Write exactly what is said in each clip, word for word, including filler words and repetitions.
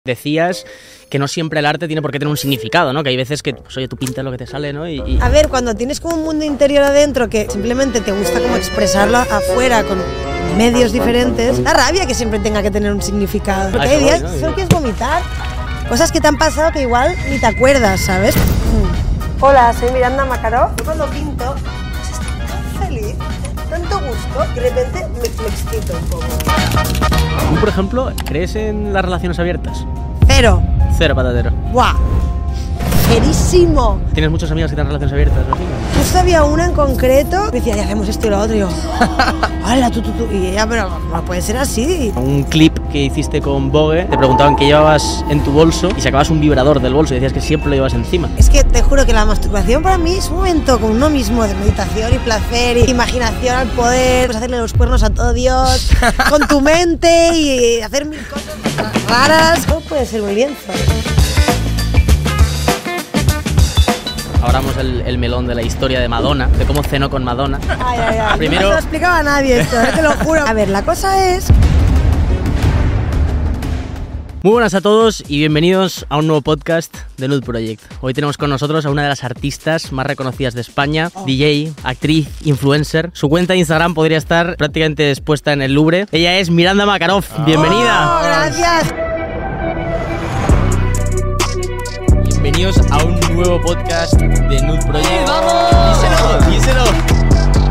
Decías que no siempre el arte tiene por qué tener un significado, ¿no? Que hay veces que, pues oye, tú pintas lo que te sale, ¿no? Y, y... A ver, cuando tienes como un mundo interior adentro que simplemente te gusta como expresarlo afuera con medios diferentes, da rabia que siempre tenga que tener un significado. Porque hay días que solo quieres vomitar. Cosas que te han pasado que igual ni te acuerdas, ¿sabes? Mm. Hola, soy Miranda Macaró. Yo cuando pinto, pues estoy tan feliz, tanto gusto, y de repente me, me excito un poco. ¿Tú, por ejemplo, crees en las relaciones abiertas? Cero. Cero patatero. ¡Buah! Cerísimo. ¿Tienes muchos amigos que tienen relaciones abiertas o así? Justo había una en concreto que decía, ya hacemos esto y lo otro, y yo, ¡hala, tú, tú, tú! Y ella, pero no puede ser así. Un clip que hiciste con Vogue, te preguntaban qué llevabas en tu bolso y sacabas un vibrador del bolso y decías que siempre lo llevas encima. Es que te juro que la masturbación para mí es un momento con uno mismo de meditación y placer y imaginación al poder, pues hacerle los cuernos a todo Dios, con tu mente y hacer mil cosas raras. ¿Cómo puede ser un lienzo? Abramos el, el melón de la historia de Madonna, de cómo cenó con Madonna. Ay, ay, ay. Primero... No se lo explicaba a nadie esto, ¿eh? Te lo juro. A ver, la cosa es... Muy buenas a todos y bienvenidos a un nuevo podcast de Nude Project. Hoy tenemos con nosotros a una de las artistas más reconocidas de España, oh. D J, actriz, influencer. Su cuenta de Instagram podría estar prácticamente expuesta en el Louvre. Ella es Miranda Macaró. Oh. Bienvenida. Oh, gracias. Bienvenidos a un nuevo podcast de Nude Project. ¡Vamos! ¡Díselo! ¡Díselo!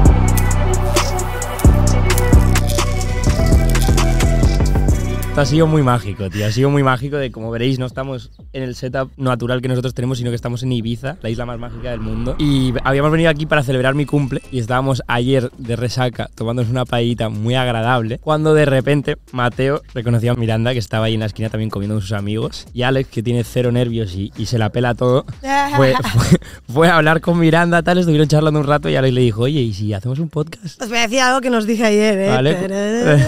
Esto ha sido muy mágico, tío. Ha sido muy mágico de, como veréis, no estamos en el setup natural que nosotros tenemos, sino que estamos en Ibiza, la isla más mágica del mundo. Y habíamos venido aquí para celebrar mi cumple y estábamos ayer de resaca tomándonos una paellita muy agradable, cuando de repente Mateo reconoció a Miranda, que estaba ahí en la esquina también comiendo con sus amigos, y Alex, que tiene cero nervios y, y se la pela todo, fue, fue, fue a hablar con Miranda, tal, estuvieron charlando un rato y Alex le dijo, oye, ¿y si hacemos un podcast? Os voy a decir algo que nos dije ayer, ¿eh? Vale.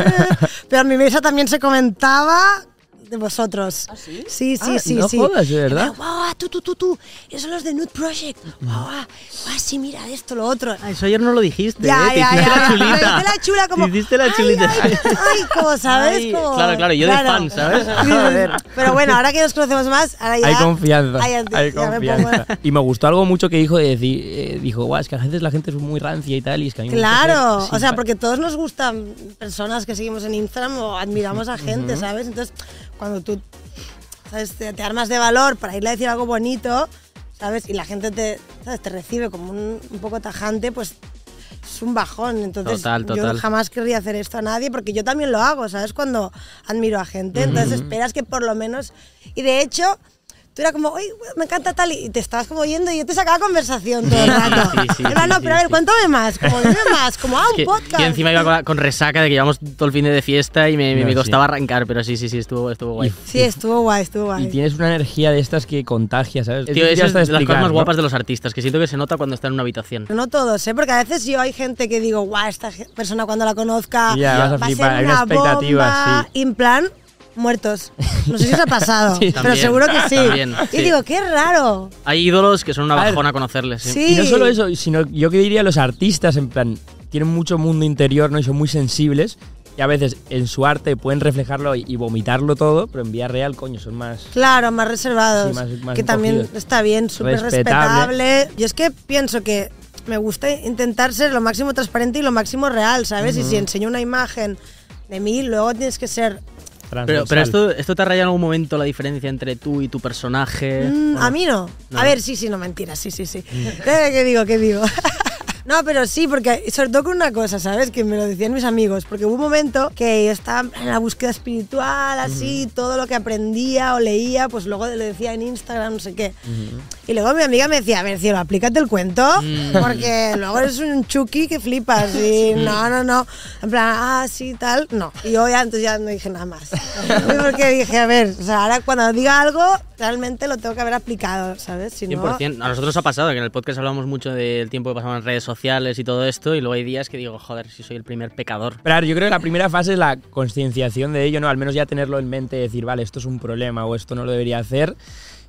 Pero en mi mesa también se comentaba de vosotros. ¿Ah, sí? Sí, sí, ah, sí. No sí. jodas, de verdad. Wow, tú, tú, tú, tú. Esos son los de Nude Project. Wow, wow. Ah, sí, mira esto, lo otro. Ah, eso ayer no lo dijiste, ya, ¿eh? Te ya, hiciste ya. la chulita. Me hiciste la chula como... Te hiciste la chulita. Ay, ay, ay, como, ¿sabes? Ay, como... Claro, claro, yo claro. de fan, ¿sabes? Joder. Pero bueno, ahora que nos conocemos más, ahora ya... Hay confianza, Ay, ya, hay ya confianza. Me pongo... Y me gustó algo mucho que dijo, de decir, eh, dijo, guau, es que a veces la gente es muy rancia y tal, y es que a mí me Claro, gusta hacer... o sea, porque todos nos gustan personas que seguimos en Instagram o admiramos a gente, uh-huh. ¿sabes? Entonces, cuando tú... ¿sabes? Te, te armas de valor para irle a decir algo bonito, ¿sabes? Y la gente te, ¿sabes? te recibe como un, un poco tajante, pues es un bajón. Entonces total, total. yo jamás querría hacer esto a nadie porque yo también lo hago, ¿sabes? Cuando admiro a gente, uh-huh. entonces esperas que por lo menos... Y de hecho... Tú eras como, uy, me encanta tal, y te estabas como yendo y yo te sacaba conversación todo el rato. Sí, sí, Era, sí, no, sí, pero a ver, sí. Cuéntame más, como dime más, como, ah, un que, podcast. Que encima iba con, con resaca de que llevamos todo el fin de fiesta y me, no, me costaba sí. arrancar, pero sí, sí, sí, estuvo, estuvo guay. Sí, estuvo guay, estuvo guay. Y tienes una energía de estas que contagia, ¿sabes? Tío, es, es de las cosas más ¿no? guapas de los artistas, que siento que se nota cuando están en una habitación. No todos, ¿eh? Porque a veces yo hay gente que digo, guau, esta persona cuando la conozca ya, va vas a, a flipar, ser hay una una expectativa, bomba, sí. en plan... muertos. No sé si os ha pasado, sí, pero también, seguro que sí. También, y sí. digo, qué raro. Hay ídolos que son una bajona conocerles. ¿sí? Sí. Y no solo eso, sino yo que diría los artistas, en plan, tienen mucho mundo interior, ¿no? Y son muy sensibles. Y a veces en su arte pueden reflejarlo y, y vomitarlo todo, pero en vida real, coño, son más... Claro, más reservados. Sí, más, más que también encogidos. está bien, súper respetable. Yo es que pienso que me gusta intentar ser lo máximo transparente y lo máximo real, ¿sabes? Uh-huh. Y si enseño una imagen de mí, luego tienes que ser... Pero, pero esto, ¿esto te ha rayado en algún momento la diferencia entre tú y tu personaje? Mm, a mí no. no. A ver, sí, sí, no, mentira, sí, sí, sí. ¿Qué digo, qué digo? No, pero sí, porque sobre todo con una cosa, ¿sabes? Que me lo decían mis amigos, porque hubo un momento que yo estaba en la búsqueda espiritual, así, uh-huh. todo lo que aprendía o leía, pues luego le decía en Instagram, no sé qué. Uh-huh. Y luego mi amiga me decía, a ver, cielo, aplícate el cuento, uh-huh. porque luego eres un chuki que flipas, y no, no, no, en plan, ah, sí, tal, no. Y yo ya, entonces ya no dije nada más. Porque dije, a ver, o sea, ahora cuando diga algo, realmente lo tengo que haber aplicado, ¿sabes? Si cien por ciento. no... A nosotros nos ha pasado que en el podcast hablamos mucho del tiempo que pasamos en redes sociales y todo esto, y luego hay días que digo, joder, si soy el primer pecador. Pero a ver, yo creo que la primera fase es la concienciación de ello, ¿no? Al menos ya tenerlo en mente y decir, vale, esto es un problema o esto no lo debería hacer.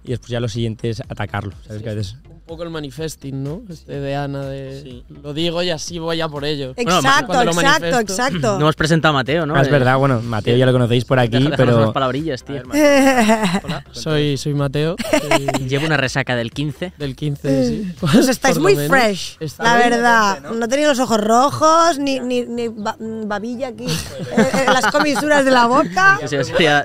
y después ya lo siguiente es atacarlo, ¿sabes? Sí, que a veces... Un poco el manifesting, ¿no? Este de Ana, de Sí. lo digo y así voy a por ello. Exacto, Cuando lo exacto, manifiesto. exacto. No hemos presentado a Mateo, ¿no? Ah, es Eh, verdad, bueno, Mateo ya lo conocéis por aquí, deja- déjanos pero... unas palabrillas, tío. Hola, soy, soy Mateo, soy Llevo una resaca del quince. del quince, sí. Pues estáis Por muy lo menos. fresh, Está la bien, verdad. ¿no? tenéis los ojos rojos, ni, ni, ni ba- babilla aquí eh, en las comisuras de la boca. Sí, sería-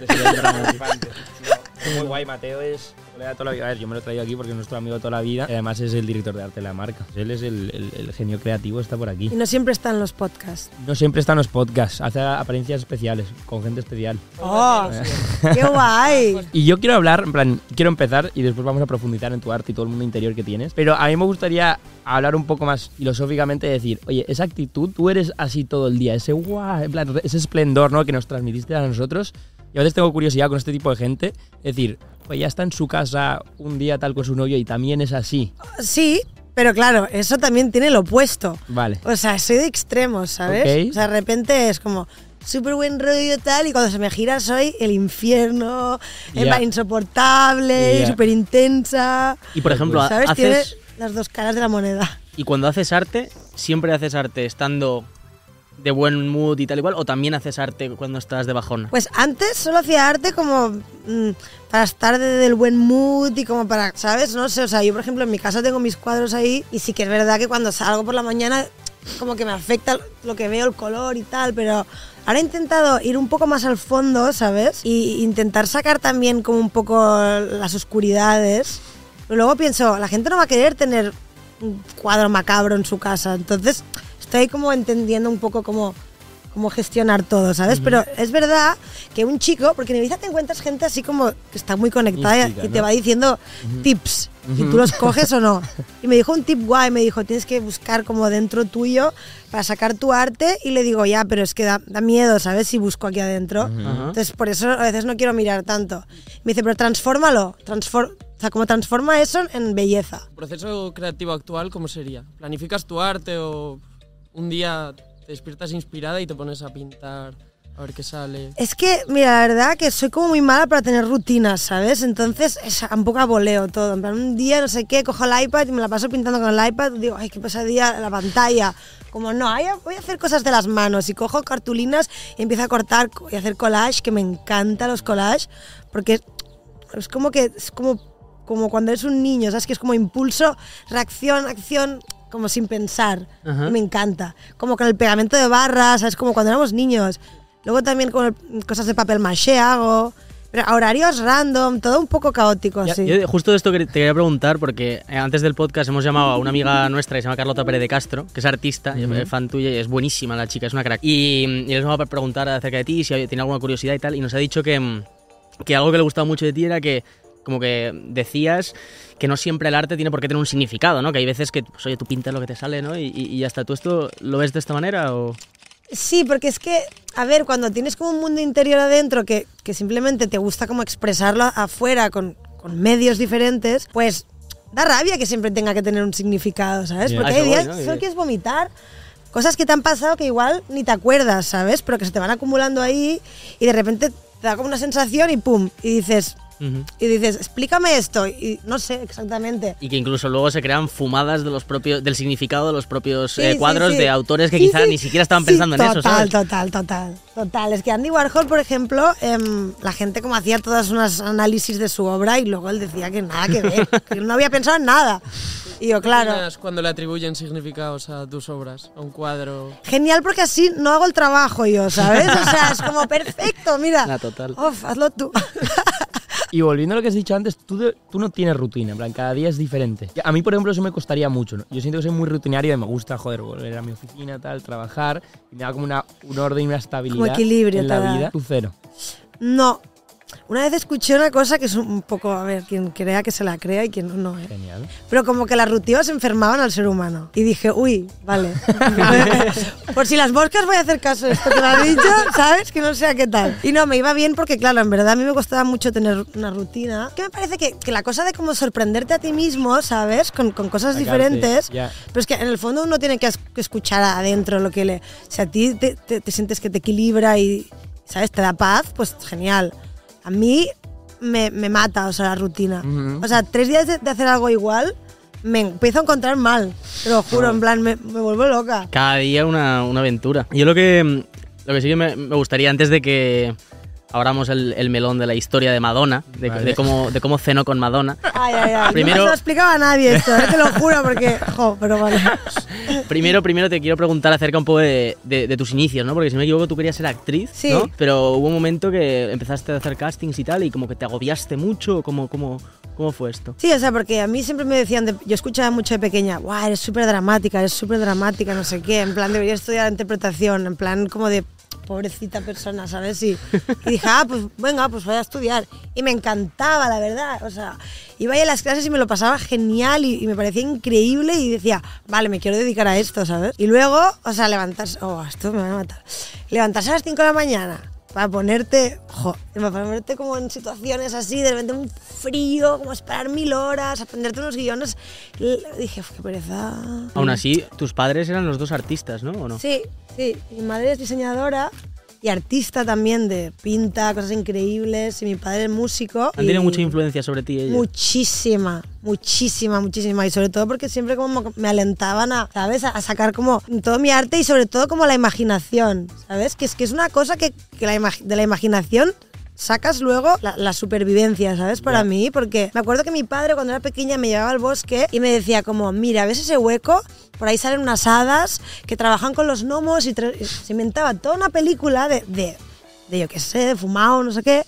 Muy guay, Mateo es colega de toda la vida. A ver, yo me lo he traído aquí porque es nuestro amigo de toda la vida y además es el director de arte de la marca. Él es el, el- el genio creativo, está por aquí. Y no siempre están los podcasts. No siempre está en los podcasts, hace apariencias especiales, con gente especial. ¡Oh! ¡Qué guay! Y yo quiero hablar, en plan, quiero empezar y después vamos a profundizar en tu arte y todo el mundo interior que tienes. Pero a mí me gustaría hablar un poco más filosóficamente y decir, oye, esa actitud, tú eres así todo el día, ese guau, en plan, ese esplendor, ¿no?, que nos transmitiste a nosotros. Y a veces tengo curiosidad con este tipo de gente, es decir, pues ya está en su casa un día tal con su novio y también es así. Sí, pero claro, eso también tiene lo opuesto. Vale. O sea, soy de extremos, ¿sabes? Ok. O sea, de repente es como súper buen rollo tal y cuando se me gira soy el infierno, Ya. en plan insoportable, Ya. súper intensa. Y por ejemplo, ¿Sabes? Tiene haces... las dos caras de la moneda. Y cuando haces arte, ¿siempre haces arte estando de buen mood y tal y cual? ¿O también haces arte cuando estás de bajón? Pues antes solo hacía arte como mm, para estar de- del buen mood y como para, ¿sabes? No sé, o sea, yo por ejemplo en mi casa tengo mis cuadros ahí y sí que es verdad que cuando salgo por la mañana como que me afecta lo que veo, el color y tal, pero ahora he intentado ir un poco más al fondo, ¿sabes? Y intentar sacar también como un poco las oscuridades. Pero luego pienso, la gente no va a querer tener un cuadro macabro en su casa, entonces estoy como entendiendo un poco cómo, cómo gestionar todo, ¿sabes? Uh-huh. Pero es verdad que un chico, porque en Ibiza te encuentras gente así como que está muy conectada Mística, y te ¿no? va diciendo uh-huh. tips, uh-huh. y tú los coges o no. Y me dijo un tip guay, me dijo, tienes que buscar como dentro tuyo para sacar tu arte, y le digo, ya, pero es que da, da miedo, ¿sabes? Si busco aquí adentro. Uh-huh. Entonces, por eso a veces no quiero mirar tanto. Me dice, pero transfórmalo, transform O sea, ¿cómo transforma eso en belleza? ¿El proceso creativo actual cómo sería? ¿Planificas tu arte o un día te despiertas inspirada y te pones a pintar a ver qué sale? Es que, mira, la verdad que soy como muy mala para tener rutinas, ¿sabes? Entonces es un poco a voleo todo. En plan, un día no sé qué, cojo el iPad y me la paso pintando con el iPad y digo, ay, qué pesadilla la pantalla. Como no, ay, voy a hacer cosas de las manos y cojo cartulinas y empiezo a cortar y hacer collage, que me encantan los collages, porque es como que es como, como cuando eres un niño, ¿sabes? Que es como impulso, reacción, acción, como sin pensar. Uh-huh. Y me encanta. Como con el pegamento de barras, ¿sabes? Como cuando éramos niños. Luego también con el, cosas de papel maché hago. Pero a horarios random, todo un poco caótico, ya, sí. Yo justo de esto te quería preguntar, porque antes del podcast hemos llamado a una amiga nuestra que se llama Carlota Pérez de Castro, que es artista, uh-huh. es fan tuya y es buenísima la chica, es una crack. Y, y les vamos a preguntar acerca de ti, si tiene alguna curiosidad y tal, y nos ha dicho que, que algo que le gustaba mucho de ti era que como que decías que no siempre el arte tiene por qué tener un significado, ¿no? Que hay veces que, pues, oye, tú pintas lo que te sale, ¿no? Y, y, y ya está. ¿Tú esto lo ves de esta manera o...? Sí, porque es que, a ver, cuando tienes como un mundo interior adentro que, que simplemente te gusta como expresarlo afuera con, con medios diferentes, pues da rabia que siempre tenga que tener un significado, ¿sabes? Porque hay días que solo quieres vomitar cosas que te han pasado que igual ni te acuerdas, ¿sabes? Pero que se te van acumulando ahí y de repente te da como una sensación y pum, y dices... Uh-huh. Y dices, explícame esto, y no sé exactamente. Y que incluso luego se crean fumadas de los propios, del significado de los propios sí, eh, cuadros sí, sí. de autores que sí, quizá sí. ni siquiera estaban sí, pensando total, en eso, ¿sabes? Total, total, total. Es que Andy Warhol, por ejemplo, eh, la gente como hacía todos unos análisis de su obra y luego él decía que nada que ver, que no había pensado en nada. Y yo, claro. ¿Qué cuando le atribuyen significados a tus obras, a un cuadro? Genial, porque así no hago el trabajo yo, ¿sabes? O sea, es como perfecto, mira. La total. Uf, hazlo tú. Y volviendo a lo que has dicho antes, tú, de, tú no tienes rutina, en plan, cada día es diferente. A mí, por ejemplo, eso me costaría mucho, ¿no? Yo siento que soy muy rutinario y me gusta, joder, volver a mi oficina, tal, trabajar, y me da como una, un orden y una estabilidad como equilibrio en la toda. vida. Tú cero. No. Una vez escuché una cosa que es un poco, a ver, quien crea que se la crea y quien no, no, ¿eh? Genial. Pero como que las rutinas enfermaban al ser humano. Y dije, uy, vale. Por si las moscas voy a hacer caso de esto que me has dicho, ¿sabes? Que no sé qué tal. Y no, me iba bien porque, claro, en verdad a mí me costaba mucho tener una rutina. Que me parece que, que la cosa de como sorprenderte a ti mismo, ¿sabes? Con, con cosas Sacarte, diferentes. Yeah. Pero es que en el fondo uno tiene que, que escuchar adentro lo que le... Si a ti te, te, te sientes que te equilibra y, ¿sabes? Te da paz, pues genial. A mí me, me mata, o sea, la rutina. Ujú. O sea, tres días de, de hacer algo igual me empiezo a encontrar mal, te lo juro, en plan, me, me vuelvo loca. Cada día una, una aventura. Yo lo que, lo que sí que me, me gustaría, antes de que abramos el, el melón de la historia de Madonna, de, Vale. de, cómo, de cómo cenó con Madonna, Ay, ay, ay. Primero- No se lo explicaba a nadie esto, ¿eh? Te lo juro, porque... Jo, pero vale. primero, primero te quiero preguntar acerca un poco de, de, de tus inicios, ¿no? Porque si no me equivoco tú querías ser actriz, Sí. ¿no? Pero hubo un momento que empezaste a hacer castings y tal y como que te agobiaste mucho, ¿cómo, cómo, cómo fue esto? Sí, o sea, porque a mí siempre me decían, de- yo escuchaba mucho de pequeña, guau, eres súper dramática, eres súper dramática, no sé qué, en plan, debería estudiar interpretación, en plan, como de pobrecita persona, ¿sabes? Y, y dije, ah, pues venga, pues voy a estudiar. Y me encantaba, la verdad, o sea, iba ahí a las clases y me lo pasaba genial y, y me parecía increíble y decía, vale, me quiero dedicar a esto, ¿sabes? Y luego, o sea, levantarse, oh, esto me va a matar, levantarse a las cinco de la mañana para ponerte, jo, para ponerte como en situaciones así, de repente un frío, como esperar mil horas, aprenderte unos guiones. L- Dije, "Uf, qué pereza". Aún así, tus padres eran los dos artistas, ¿no? ¿O no? Sí, sí. Mi madre es diseñadora y artista también, de pinta cosas increíbles, y mi padre es músico. ¿Han y tenido mucha influencia sobre ti ellos? Muchísima, muchísima, muchísima. Y sobre todo porque siempre como me alentaban a, ¿sabes? A, a sacar como todo mi arte y sobre todo como la imaginación, ¿sabes? Que es que es una cosa que, que la imag- de la imaginación sacas luego la, la supervivencia, ¿sabes? Para Ya. mí, porque me acuerdo que mi padre cuando era pequeña me llevaba al bosque y me decía como, mira, ¿ves ese hueco? Por ahí salen unas hadas que trabajan con los gnomos y tra- se inventaba toda una película de, de, de yo qué sé, de fumado, no sé qué.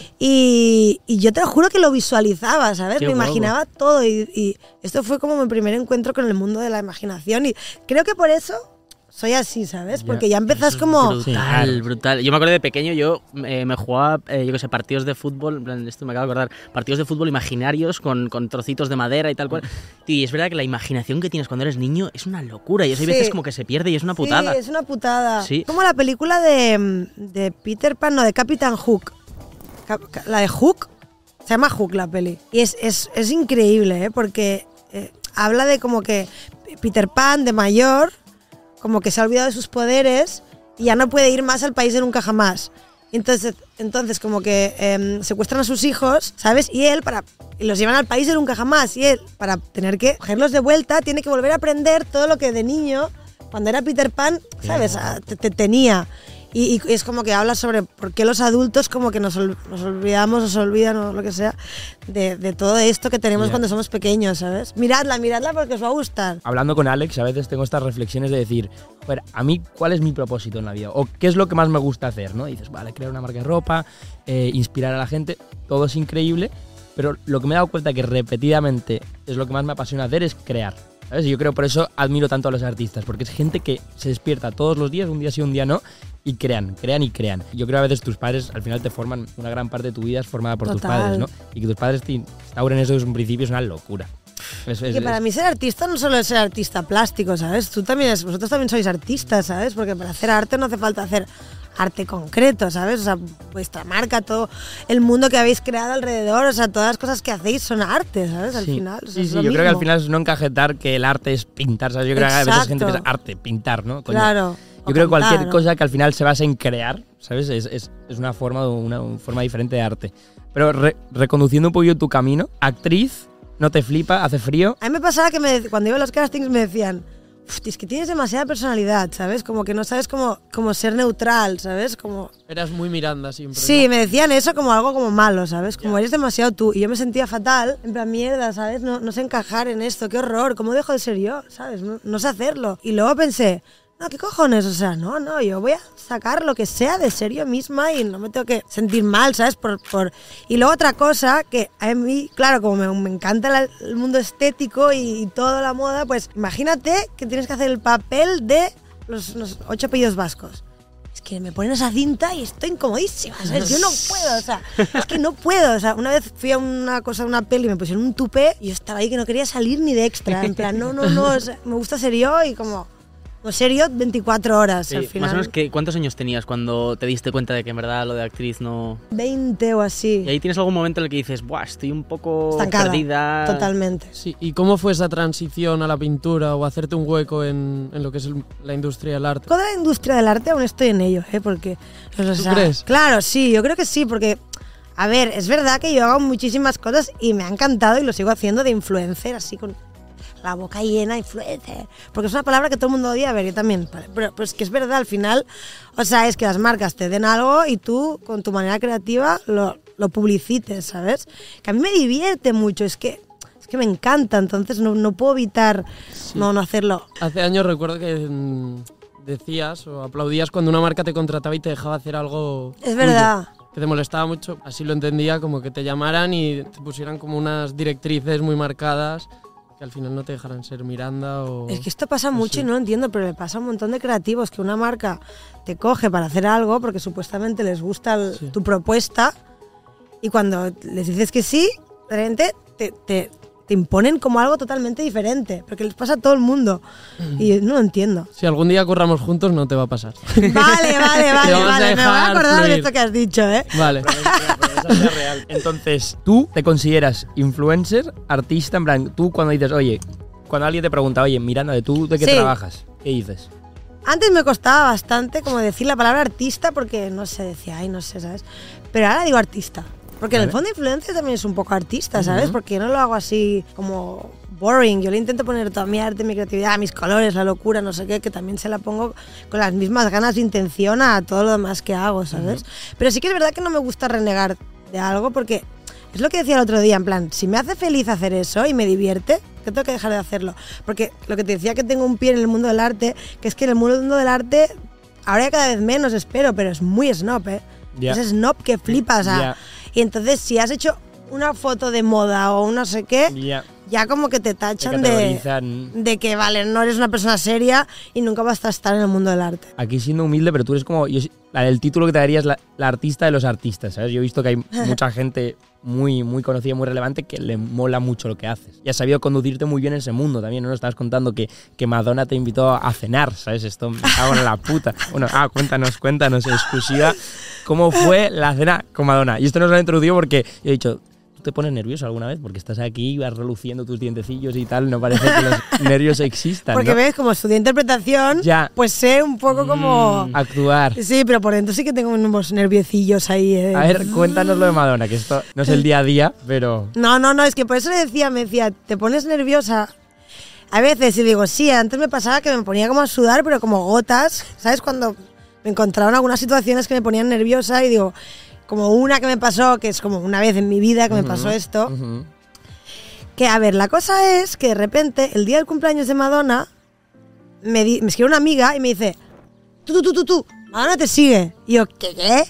Y, y yo te lo juro que lo visualizaba, ¿sabes? Qué me guapo. imaginaba todo y, y esto fue como mi primer encuentro con el mundo de la imaginación y creo que por eso soy así, ¿sabes? Ya. Porque ya empezás como... Brutal, Sí, claro. brutal. Yo me acuerdo de pequeño, yo eh, me jugaba, eh, yo qué sé, partidos de fútbol, en plan, esto me acabo de acordar, partidos de fútbol imaginarios con, con trocitos de madera y tal cual. Y es verdad que la imaginación que tienes cuando eres niño es una locura y eso hay Sí. veces como que se pierde y es una putada. Sí, es una putada. Sí. Como la película de, de Peter Pan, no, de Capitán Hook. Cap- ca- La de Hook, se llama Hook la peli. Y es, es, es increíble, ¿eh? Porque eh, habla de como que Peter Pan, de mayor, como que se ha olvidado de sus poderes y ya no puede ir más al país de nunca jamás. Entonces, entonces como que eh, secuestran a sus hijos, ¿sabes? Y él, para y los llevan al país de nunca jamás. Y él, para tener que cogerlos de vuelta, tiene que volver a aprender todo lo que de niño, cuando era Peter Pan, ¿sabes? Ah, te, te tenía. Y, y es como que habla sobre por qué los adultos como que nos, ol- nos olvidamos, nos olvidan o lo que sea, de, de todo esto que tenemos Ya. cuando somos pequeños, ¿sabes? Miradla, miradla porque os va a gustar. Hablando con Alex, a veces tengo estas reflexiones de decir, joder, a mí, ¿cuál es mi propósito en la vida? ¿O qué es lo que más me gusta hacer? ¿No? Y dices, vale, crear una marca de ropa, eh, inspirar a la gente, todo es increíble, pero lo que me he dado cuenta que repetidamente es lo que más me apasiona hacer es crear. ¿Sabes? Y yo creo por eso admiro tanto a los artistas, porque es gente que se despierta todos los días, un día sí, un día no, y crean, crean y crean. Yo creo que a veces tus padres al final te forman, una gran parte de tu vida es formada por tus Total. padres, ¿no? Y que tus padres te instauren eso desde un principio es una locura. Es- es- Que para es- mí ser artista no solo es ser artista plástico, ¿sabes? Tú también es, vosotros también sois artistas, ¿sabes? Porque para hacer arte no hace falta hacer arte concreto, ¿sabes? O sea, vuestra marca, todo el mundo que habéis creado alrededor, o sea, todas las cosas que hacéis son arte, ¿sabes? Al Sí, final. o sea, sí, es sí, lo yo creo que al mismo. final es no encajetar que el arte es pintar, ¿sabes? Yo creo que a veces gente Exacto. piensa arte, pintar, ¿no? Coño. Claro. o Yo creo que cantar, cualquier ¿no? cosa que al final se base en crear, ¿sabes? Es, es, es una, forma, una, una forma diferente de arte. Pero re- reconduciendo un poquito tu camino, actriz, no te flipa, hace frío. A mí me pasaba que me, cuando iba a los castings me decían, "Uf, es que tienes demasiada personalidad, ¿sabes? Como que no sabes cómo, cómo ser neutral, ¿sabes? Como... Eras muy Miranda siempre. Sí, ¿no? me decían eso como algo como malo, ¿sabes? Como eres demasiado tú. Y yo me sentía fatal, en plan mierda, ¿sabes? No, no sé encajar en esto, qué horror, ¿cómo dejo de ser yo? ¿Sabes? No, no sé hacerlo. Y luego pensé, no, ¿qué cojones? O sea, no, no, yo voy a sacar lo que sea de ser yo misma y no me tengo que sentir mal, ¿sabes? Por, por... Y luego otra cosa que a mí, claro, como me, me encanta la- el mundo estético y, y toda la moda, pues imagínate que tienes que hacer el papel de los, los ocho apellidos vascos. Es que me ponen esa cinta y estoy incomodísima, ¿sabes? Yo no puedo, o sea, es que no puedo. O sea, una vez fui a una cosa, a una peli, me pusieron un tupé y yo estaba ahí que no quería salir ni de extra. En plan, no, no, no, o sea, me gusta ser yo y como, como ser yo veinticuatro horas Sí, al final. más o menos, que, ¿cuántos años tenías cuando te diste cuenta de que en verdad lo de actriz no...? veinte o así. Y ahí tienes algún momento en el que dices, buah, estoy un poco Estancada. perdida. Totalmente. Sí, ¿y cómo fue esa transición a la pintura o hacerte un hueco en, en lo que es el- la industria del arte? Con la industria del arte aún estoy en ello, ¿eh? Porque, pues, o ¿Tú sea, crees? Claro, sí, yo creo que sí, porque A ver, es verdad que yo hago muchísimas cosas y me ha encantado y lo sigo haciendo de influencer, así con la boca llena, influencer. Porque es una palabra que todo el mundo odia, a ver, yo también. Pero, pero es que es verdad, al final, o sea, es que las marcas te den algo y tú, con tu manera creativa, lo, lo publicites, ¿sabes? Que a mí me divierte mucho, es que, es que me encanta, entonces no, no puedo evitar sí. no, no hacerlo. Hace años recuerdo que mmm, decías o aplaudías cuando una marca te contrataba y te dejaba hacer algo. Es verdad. Tuyo, que te molestaba mucho, así lo entendía, como que te llamaran y te pusieran como unas directrices muy marcadas que al final no te dejaran ser Miranda o... Es que esto pasa mucho y no lo entiendo, pero le pasa a un montón de creativos que una marca te coge para hacer algo porque supuestamente les gusta el, sí. tu propuesta y cuando les dices que sí, de repente te, te, te imponen como algo totalmente diferente, porque les pasa a todo el mundo y no lo entiendo. Si algún día curramos juntos no te va a pasar. Vale, vale, vale, vale, me voy a acordar fluir. de esto que has dicho, ¿eh? Vale. Real. Entonces, ¿tú te consideras influencer, artista? En plan, tú cuando dices, oye, cuando alguien te pregunta, oye, Miranda, ¿tú de qué sí. trabajas? ¿Qué dices? Antes me costaba bastante como decir la palabra artista porque no sé, decía, ay, no sé, ¿sabes? Pero ahora digo artista. Porque ¿vale? En el fondo influencer también es un poco artista, ¿sabes? Uh-huh. Porque yo no lo hago así como boring. Yo le intento poner toda mi arte, mi creatividad, mis colores, la locura, no sé qué, que también se la pongo con las mismas ganas de intención a todo lo demás que hago, ¿sabes? Uh-huh. Pero sí que es verdad que no me gusta renegar de algo porque es lo que decía el otro día, en plan, si me hace feliz hacer eso y me divierte, que tengo que dejar de hacerlo. Porque lo que te decía que tengo un pie en el mundo del arte, que es que en el mundo del arte, ahora ya cada vez menos espero, pero es muy snob, ¿eh? Yeah. Es snob que flipas, o sea, yeah. Y entonces si has hecho una foto de moda o no sé qué, yeah. ya como que te tachan de, de que, vale, no eres una persona seria y nunca vas a estar en el mundo del arte. Aquí siendo humilde, pero tú eres como, yo, el título que te daría es la, la artista de los artistas, ¿sabes? Yo he visto que hay mucha gente muy, muy conocida, muy relevante, que le mola mucho lo que haces. Y has sabido conducirte muy bien en ese mundo también, ¿no? Nos estabas contando que, que Madonna te invitó a cenar, ¿sabes? Esto me cago en la puta. Bueno, ah, cuéntanos, cuéntanos, exclusiva, ¿cómo fue la cena con Madonna? Y esto nos lo he introducido porque yo he dicho, ¿tú te pones nervioso alguna vez? Porque estás aquí, vas reluciendo tus dientecillos y tal, no parece que los nervios existan, porque ¿no? ves, como estudié interpretación, ya. Pues sé un poco como... Mm, actuar. Sí, pero por dentro sí que tengo unos nerviecillos ahí. Eh. A ver, cuéntanos lo de Madonna, que esto no es el día a día, pero... No, no, no, es que por eso le decía, me decía, ¿te pones nerviosa? A veces, y digo, sí, antes me pasaba que me ponía como a sudar, pero como gotas, ¿sabes? Cuando me encontraba en algunas situaciones que me ponían nerviosa y digo... Como una que me pasó, que es como una vez en mi vida que uh-huh, me pasó esto. Uh-huh. Que, a ver, la cosa es que de repente, el día del cumpleaños de Madonna, me, di, me escribe una amiga y me dice, tú, tú, tú, tú, tú, Madonna te sigue. Y yo, ¿qué, qué?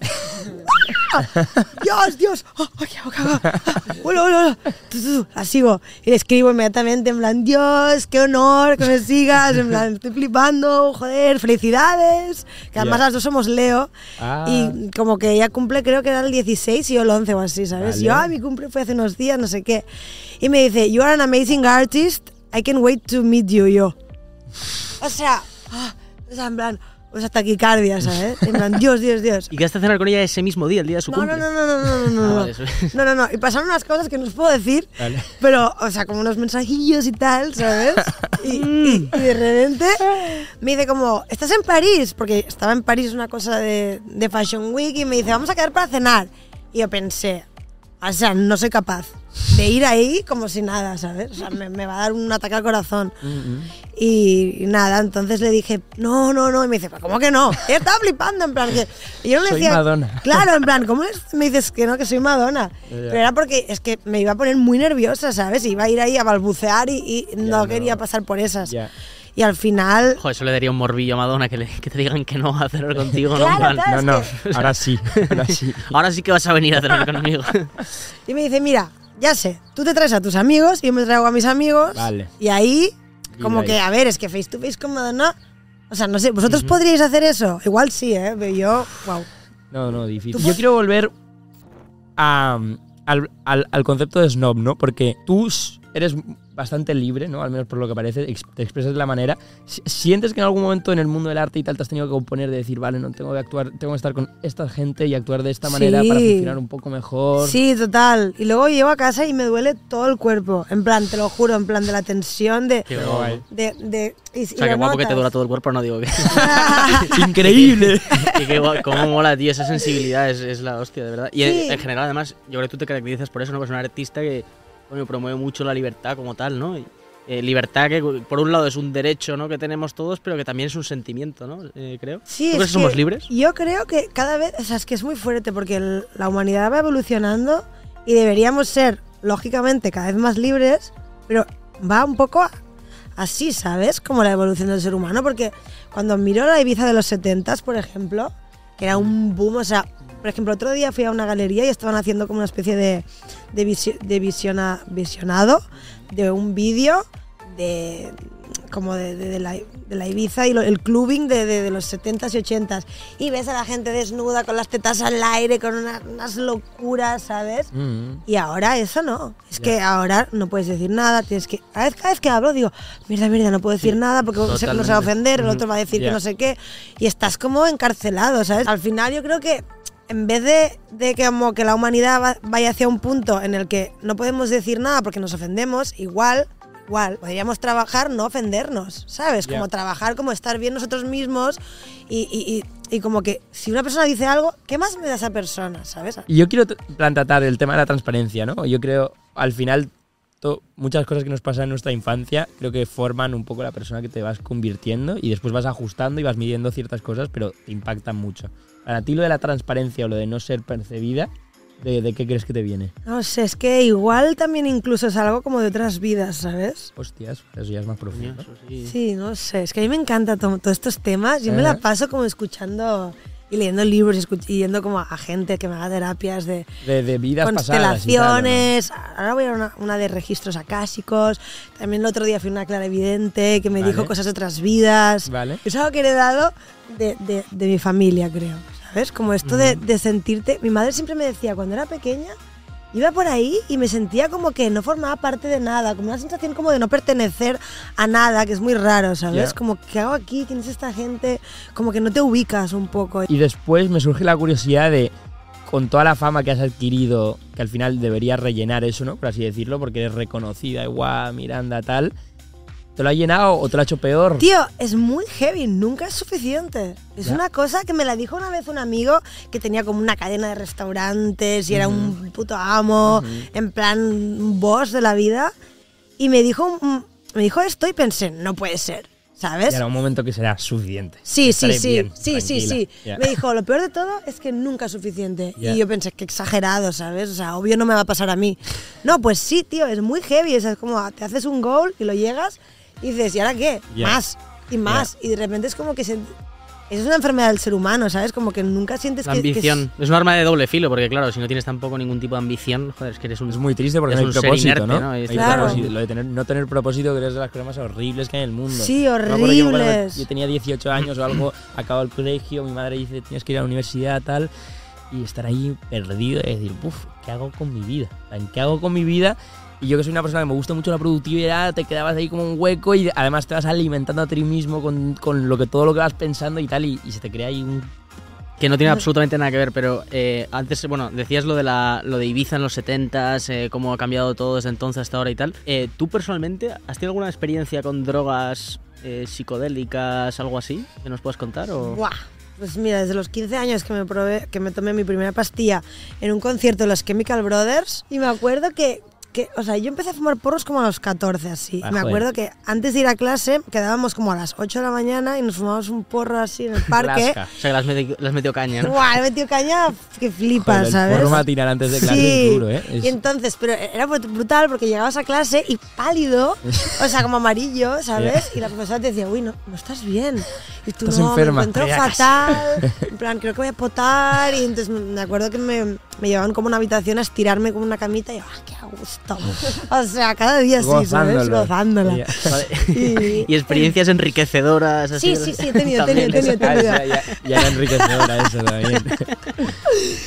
Dios, Dios, oh, okay, okay, okay. Hola, hola, hola. Tú, tú, tú. La sigo y le escribo inmediatamente en plan, Dios, qué honor que me sigas, en plan, estoy flipando, joder, felicidades, que además yeah. las dos somos Leo ah. y como que ella cumple, creo que era el dieciséis y yo el once o así, ¿sabes? Vale. Yo, ah, mi cumple fue hace unos días, no sé qué, y me dice, you are an amazing artist, I can't wait to meet you, yo. O sea, oh, o sea, en plan... O sea, taquicardia, ¿sabes? En plan, Dios, Dios, Dios. ¿Y quedaste a cenar con ella ese mismo día, el día de su no, cumple? No, no, no, no, no, no, no. Ah, vale, no, no, no. Y pasaron unas cosas que no os puedo decir, vale. Pero, o sea, como unos mensajillos y tal, ¿sabes? Y, y, y de repente me dice como, ¿estás en París? Porque estaba en París una cosa de, de Fashion Week y me dice, vamos a quedar para cenar. Y yo pensé, o sea, no soy capaz de ir ahí como si nada, ¿sabes? O sea, me, me va a dar un ataque al corazón. Mm-hmm. Y, y nada, entonces le dije, no, no, no. Y me dice, ¿cómo que no? Ella estaba flipando, en plan, que y yo no le soy decía, Madonna. Claro, en plan, ¿cómo es? Me dices que no, que soy Madonna? Yeah. Pero era porque es que me iba a poner muy nerviosa, ¿sabes? Iba a ir ahí a balbucear y, y yeah, no, no quería pasar por esas. Yeah. Y al final... Joder, eso le daría un morbillo a Madonna, que, le, que te digan que no va a cenar contigo, ¿no? Claro, no, no, ahora sí, ahora sí. Ahora sí que vas a venir a cenar conmigo. Y me dice, mira, ya sé, tú te traes a tus amigos y yo me traigo a mis amigos. Vale. Y ahí, como ahí. que, a ver, es que face to face con Madonna... O sea, no sé, ¿vosotros uh-huh. podríais hacer eso? Igual sí, ¿eh? Pero yo, wow. No, no, difícil. Yo quiero volver a, al, al, al concepto de snob, ¿no? Porque tú eres bastante libre, ¿no? Al menos por lo que parece, ex- te expresas de la manera. Si- ¿Sientes que en algún momento en el mundo del arte y tal te has tenido que componer de decir, vale, no tengo que actuar, tengo que estar con esta gente y actuar de esta manera Sí. para funcionar un poco mejor? Sí, total. Y luego llego a casa y me duele todo el cuerpo. En plan, te lo juro, en plan de la tensión, de... Qué guay. de, de y, O sea, qué guapo que te dura todo el cuerpo, no digo que... ¡Increíble! y qué guapo, cómo mola, tío, esa sensibilidad es, es la hostia, de verdad. Y Sí. en, en general, además, yo creo que tú te caracterizas por eso, ¿no? Pues un artista que coño, promueve mucho la libertad como tal, ¿no? Y, eh, libertad que, por un lado, es un derecho, ¿no? que tenemos todos, pero que también es un sentimiento, ¿no? Eh, creo. Sí, ¿Tú crees es que somos que libres? Yo creo que cada vez, o sea, es que es muy fuerte porque el- la humanidad va evolucionando y deberíamos ser, lógicamente, cada vez más libres, pero va un poco a- así, ¿sabes? Como la evolución del ser humano, porque cuando miro la Ibiza de los setentas, por ejemplo, que era un boom, o sea, por ejemplo, otro día fui a una galería y estaban haciendo como una especie de, de, visi- de visiona- visionado de un vídeo de como de, de- de la, de la Ibiza y lo- el clubbing de, de- de los setentas y ochentas. Y ves a la gente desnuda con las tetas al aire, con una- unas locuras, ¿sabes? Mm. Y ahora eso no. Es que ahora no puedes decir nada, tienes que... Cada vez, cada vez que hablo digo, mierda, mierda, no puedo decir nada porque se- no se va a totalmente. ofender, el otro va a decir Ya. que no sé qué. Y estás como encarcelado, ¿sabes? Al final yo creo que en vez de, de que, como que la humanidad va- vaya hacia un punto en el que no podemos decir nada porque nos ofendemos, igual... Igual, podríamos trabajar no ofendernos, ¿sabes? Como Ya. trabajar, como estar bien nosotros mismos y, y, y, y como que si una persona dice algo, ¿qué más me da esa persona, ¿sabes? Y yo quiero t- plan, tratar el tema de la transparencia, ¿no? Yo creo, al final, to- muchas cosas que nos pasan en nuestra infancia creo que forman un poco la persona que te vas convirtiendo y después vas ajustando y vas midiendo ciertas cosas, pero te impactan mucho. Para ti lo de la transparencia o lo de no ser percibida, ¿de, de qué crees que te viene? No sé, es que igual también incluso es algo como de otras vidas, ¿sabes? Hostias, eso ya es más profundo. Eso sí. Sí, no sé, es que a mí me encantan to- todos estos temas. Yo me la Ajá. paso como escuchando y leyendo libros y, escuch- y yendo como a gente que me haga terapias de De, de vidas pasadas y tal, ¿o no? constelaciones. Ahora voy a una, una de registros acásicos. También el otro día fui a una clarividente que me Vale. dijo cosas de otras vidas. Vale. Es algo que he heredado de, de, de mi familia, creo. ¿Sabes? Como esto de, de sentirte... Mi madre siempre me decía, cuando era pequeña, iba por ahí y me sentía como que no formaba parte de nada, como una sensación como de no pertenecer a nada, que es muy raro, ¿sabes? Ya. Como, ¿qué hago aquí? ¿Quién es esta gente? Como que no te ubicas un poco. Y después me surge la curiosidad de, con toda la fama que has adquirido, que al final deberías rellenar eso, ¿no? Por así decirlo, porque eres reconocida, guau, Miranda, tal. ¿Te lo ha llenado o te lo ha hecho peor? Tío, es muy heavy, nunca es suficiente. Es Ya. una cosa que me la dijo una vez un amigo que tenía como una cadena de restaurantes y era un puto amo, en plan un boss de la vida. Y me dijo, mm, me dijo esto y pensé, no puede ser, ¿sabes? Llegará un momento que será suficiente. Sí, sí, Estaré sí, bien, sí, sí, tranquila. sí. Ya. Me dijo, lo peor de todo es que nunca es suficiente. Ya. Y yo pensé, qué exagerado, ¿sabes? O sea, obvio no me va a pasar a mí. No, pues sí, tío, es muy heavy. Es como, te haces un goal y lo llegas y dices, ¿y ahora qué? Ya. Más y más. Y de repente es como que se... Eso es una enfermedad del ser humano, ¿sabes? Como que nunca sientes La que... que es- ambición. Es un arma de doble filo, porque claro, si no tienes tampoco ningún tipo de ambición, joder, es que eres un... Es muy triste porque Es no hay un ser propósito, inerte, ¿no? ¿no? Hay Claro. propósito. Lo de tener, no tener propósito creo que es de las cosas más horribles que hay en el mundo. Sí, Me acuerdo que cuando horribles. Yo tenía dieciocho años o algo, acababa el colegio, mi madre dice tienes que ir a la universidad, tal, y estar ahí perdido y decir, uff, ¿qué hago con mi vida? En ¿Qué hago con mi vida? Y yo que soy una persona que me gusta mucho la productividad, te quedabas ahí como un hueco y además te vas alimentando a ti mismo con, con lo que, todo lo que vas pensando y tal, y, y se te crea ahí un... Que no tiene absolutamente nada que ver, pero eh, antes, bueno, decías lo de la, lo de Ibiza en los setentas, eh, cómo ha cambiado todo desde entonces hasta ahora y tal. Eh, ¿Tú personalmente has tenido alguna experiencia con drogas eh, psicodélicas, algo así, que nos puedas contar? O... Buah. Pues mira, desde los quince años que me probé, que me tomé mi primera pastilla en un concierto de los Chemical Brothers, y me acuerdo que, que o sea, yo empecé a fumar porros como a los catorce, así. Ah, me joder. acuerdo que antes de ir a clase quedábamos como a las ocho de la mañana y nos fumábamos un porro así en el parque. Lasca. O sea, que le has metido, le has metido caña, ¿no? Buah, le metió caña que flipas, Joder, el ¿sabes? porro matinal antes de clase Sí. es duro, ¿eh? Es- Y entonces, pero era brutal porque llegabas a clase y pálido, o sea, como amarillo, ¿sabes? Y la profesora te decía, uy, no, no estás bien. Y tú, Estás no, enferma. me encuentro Vete a fatal. En plan, creo que voy a potar. Y entonces me acuerdo que me, me llevaban como a una habitación a estirarme como una camita y yo, ¡ah, qué a gusto! O sea, cada día sí, ¿sabes? Gozándolo. Gozándola. Ya. Vale. Y- Y experiencias enriquecedoras, así. Sí, sí, sí, he tenido, he También. tenido, he tenido. Ah, ya, ya, ya era enriquecedora eso también.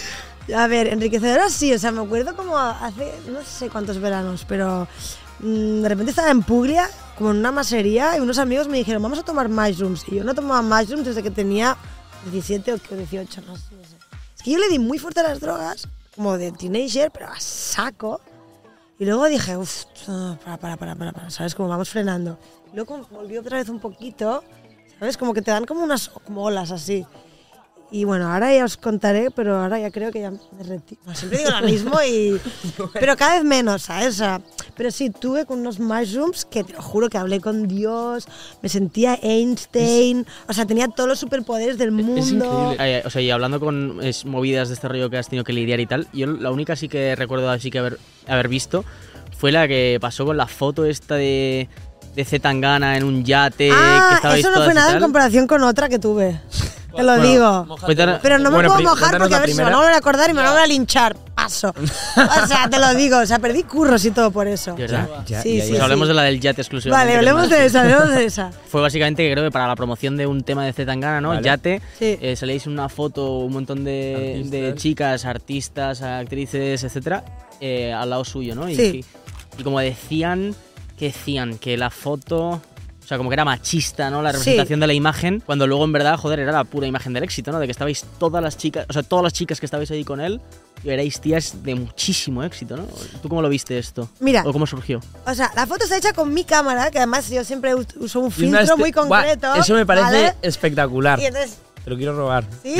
A ver, enriquecedora sí, o sea, me acuerdo como hace no sé cuántos veranos, pero mmm, de repente estaba en Puglia, como en una masería, y unos amigos me dijeron, vamos a tomar mushrooms. Y yo no tomaba mushrooms desde que tenía diecisiete o dieciocho, no sé. No sé. Es que yo le di muy fuerte a las drogas, como de teenager, pero a saco. Y luego dije, uff, para, para, para, para, para, ¿sabes? Como vamos frenando. Y luego volví otra vez un poquito, ¿sabes? Como que te dan como unas como olas así. Y bueno, ahora ya os contaré, pero ahora ya creo que ya me retiro. No, siempre digo lo mismo, y, pero cada vez menos, ¿sabes? O sea, pero sí, tuve con unos mushrooms que te lo juro que hablé con Dios, me sentía Einstein, es, o sea, tenía todos los superpoderes del mundo. Es increíble. O sea, y hablando con es, movidas de este rollo que has tenido que lidiar y tal, yo la única sí que recuerdo así que haber, haber visto fue la que pasó con la foto esta de... de C. Tangana en un yate. Ah, que estabais eso no todas fue y nada tal. en comparación con otra que tuve. Te lo Bueno, digo. Pero no me bueno, puedo pri- mojar porque a ver si me primera. van a volver a acordar y me van a volver a linchar. Paso. O sea, te lo digo. O sea, perdí curros y todo por eso. ¿De verdad? Ya, Sí, ya, sí, ya. Pues hablemos sí. de la del yate exclusivamente. Vale, que es hablemos más- de esa, hablemos de esa. Fue básicamente que creo que para la promoción de un tema de C. Tangana, ¿no? Vale. Yate. Sí. Eh, salíais en una foto un montón de, Artistas. de chicas, artistas, actrices, etcétera, eh, al lado suyo, ¿no? Y, Sí. y, y como decían, que decían que la foto... O sea, como que era machista, ¿no? La Sí. representación de la imagen, cuando luego en verdad, joder, era la pura imagen del éxito, ¿no? De que estabais todas las chicas, o sea, todas las chicas que estabais ahí con él, y erais tías de muchísimo éxito, ¿no? ¿Tú cómo lo viste esto? Mira. ¿O cómo surgió? O sea, la foto está hecha con mi cámara, que además yo siempre us- uso un Y una filtro este- muy Buah, concreto. eso me parece ¿vale? espectacular. Y entonces, Te lo quiero robar. ¿sí?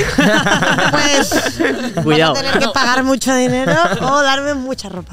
Pues Cuidado. vas a tener que pagar mucho dinero o darme mucha ropa.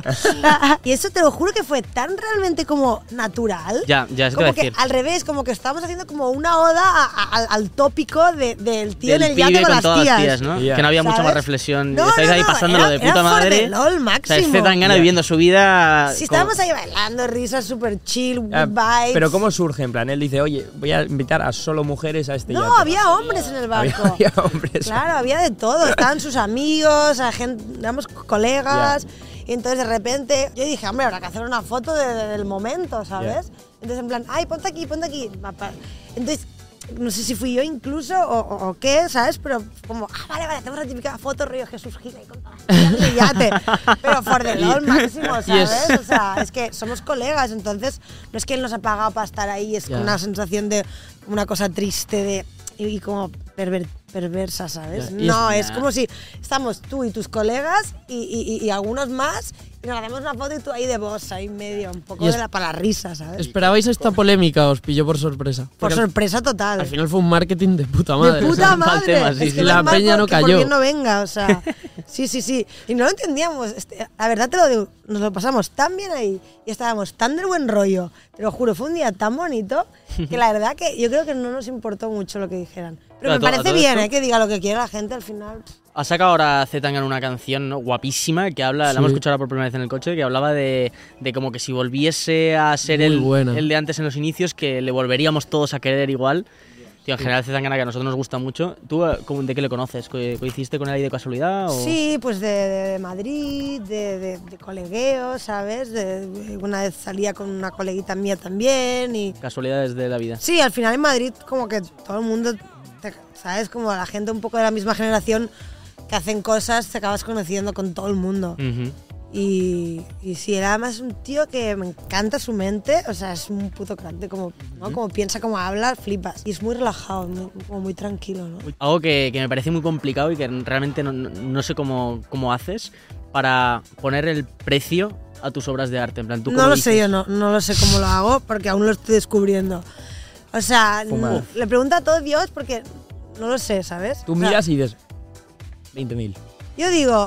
Y eso te lo juro que fue tan realmente como natural. Ya, ya se te va Como a que decir. al revés, como que estábamos haciendo como una oda a- a- al, al tópico de- del tío Del en el pibe yate con, con las todas tías. las tías, ¿no? Ya. Que no había mucha ¿Sabes? más reflexión. No, Estáis no, ahí no, pasándolo era- de puta era for madre. the lol O sea, máximo. C. Tangana Ya. viviendo su vida. Sí, como- estábamos ahí bailando, risas súper chill, good Ah, vibes. pero ¿cómo surge? En plan, él dice, oye, voy a invitar a solo mujeres a este No, yate. había hombres en el Había- barco. había hombres. Claro, había de todo. Estaban sus amigos, a gente, éramos colegas. Y entonces de repente yo dije, hombre, habrá que hacer una foto de- de- del momento, ¿sabes? Entonces en plan, ay, ponte aquí, ponte aquí. Papá. Entonces, no sé si fui yo incluso o, o- o qué, ¿sabes? Pero como, ah, vale, vale, hacemos la típica foto rollo Jesús Gil ahí con todas las tías del yate. Pero for the lol máximo, ¿sabes? O sea, es que somos colegas, entonces no es que él nos ha pagado para estar ahí, es Ya. una sensación de una cosa triste de y, y como perver- perversa, ¿sabes? Ya. Y No, es- es como si estamos tú y tus colegas y, y- y- y algunos más y nos hacemos una foto y tú ahí de vos, ahí medio, un poco Y es- de la para la risa, ¿sabes? ¿Esperabais esta polémica o os pilló por sorpresa? Por Porque al- sorpresa total. Al final fue un marketing de puta madre. De o puta sea, mal madre. tema, sí, Es sí. que La menos mal peña no por- que por cayó. bien no venga, o sea. Sí, sí, sí. Y no lo entendíamos. Este, la verdad te lo digo, nos lo pasamos tan bien ahí y estábamos tan del buen rollo. Te lo juro, fue un día tan bonito que la verdad que yo creo que no nos importó mucho lo que dijeran. Pero Claro, me todo- parece todo bien, esto- ¿eh? Que diga lo que quiera la gente al final. Ha sacado ahora Z Tangana una canción, ¿no? Guapísima, que habla, Sí. la hemos escuchado por primera vez en el coche, que hablaba de, de como que si volviese a ser Muy el, buena. el de antes en los inicios, que le volveríamos todos a querer igual. Tío, en general Z Tangana, que a nosotros nos gusta mucho. ¿Tú eh, cómo- de qué le conoces? ¿Co- ¿Coincidiste con él ahí de casualidad? O? Sí, pues de, de Madrid, de, de, de colegueo, ¿sabes? De- de- una vez salía con una coleguita mía también y... Casualidades de la vida. Sí, al final en Madrid como que todo el mundo, te- ¿sabes? Como la gente un poco de la misma generación que hacen cosas, te acabas conociendo con todo el mundo. Ujú. Y, y sí, él además es un tío que me encanta su mente, o sea, es un puto crack de como, ¿no? Como piensa, como habla, flipas. Y es muy relajado, muy, como muy tranquilo, ¿no? Algo que, que me parece muy complicado y que realmente no, no- no sé cómo, cómo haces para poner el precio a tus obras de arte. En plan, ¿tú cómo No lo dices? sé yo, no, no lo sé cómo lo hago porque aún lo estoy descubriendo. O sea, Fumar. n- le pregunto a todo Dios porque no lo sé, ¿sabes? Tú O sea, miras y dices, veinte mil. Yo digo,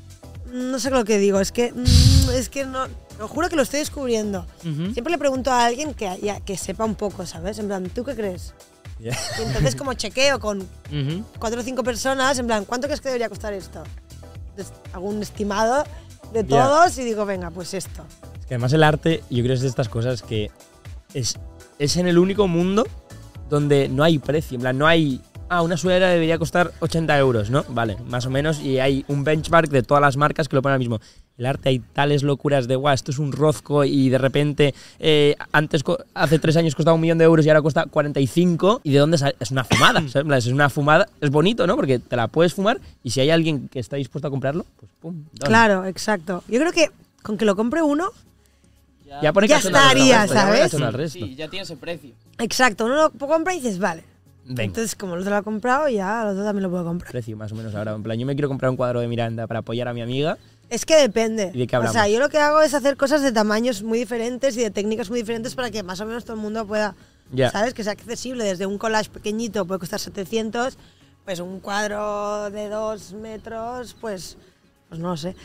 no sé lo que digo, es que, mm, es que no, lo juro que lo estoy descubriendo. Ujú. Siempre le pregunto a alguien que, ya- que sepa un poco, ¿sabes? En plan, ¿tú qué crees? Ya. Y entonces como chequeo con Ujú. cuatro o cinco personas, en plan, ¿cuánto crees que debería costar esto? Entonces, hago un estimado de Ya. todos y digo, venga, pues esto. Es que además el arte, yo creo que es de estas cosas que es, es en el único mundo donde no hay precio. En plan, no hay, ah, una sudadera debería costar ochenta euros, ¿no? Vale, más o menos, y hay un benchmark de todas las marcas que lo ponen al mismo. el arte hay tales locuras de, guau, esto es un rozco y de repente eh, antes, hace tres años costaba un millón de euros y ahora cuesta cuarenta y cinco, ¿y de dónde sale? Es una fumada, ¿sabes? Es una fumada, es bonito, ¿no? Porque te la puedes fumar y si hay alguien que está dispuesto a comprarlo, pues pum. ¿Dónde? Claro, exacto. Yo creo que con que lo compre uno, Ya, Ya, pone Ya cachondeo al estaría, resto, ya pone ¿sabes? cachondeo al resto. sí, ya tiene ese precio. exacto, uno lo compra y dices, vale. Venga. Entonces, como el otro lo ha comprado, ya el otro también lo puedo comprar. Precio más o menos ahora. En plan, yo me quiero comprar un cuadro de Miranda para apoyar a mi amiga. Es que depende. ¿Y de qué O hablamos? sea, yo lo que hago es hacer cosas de tamaños muy diferentes y de técnicas muy diferentes para que más o menos todo el mundo pueda, Ya. ¿sabes? Que sea accesible. Desde un collage pequeñito puede costar setecientos, pues un cuadro de dos metros, pues, pues no sé.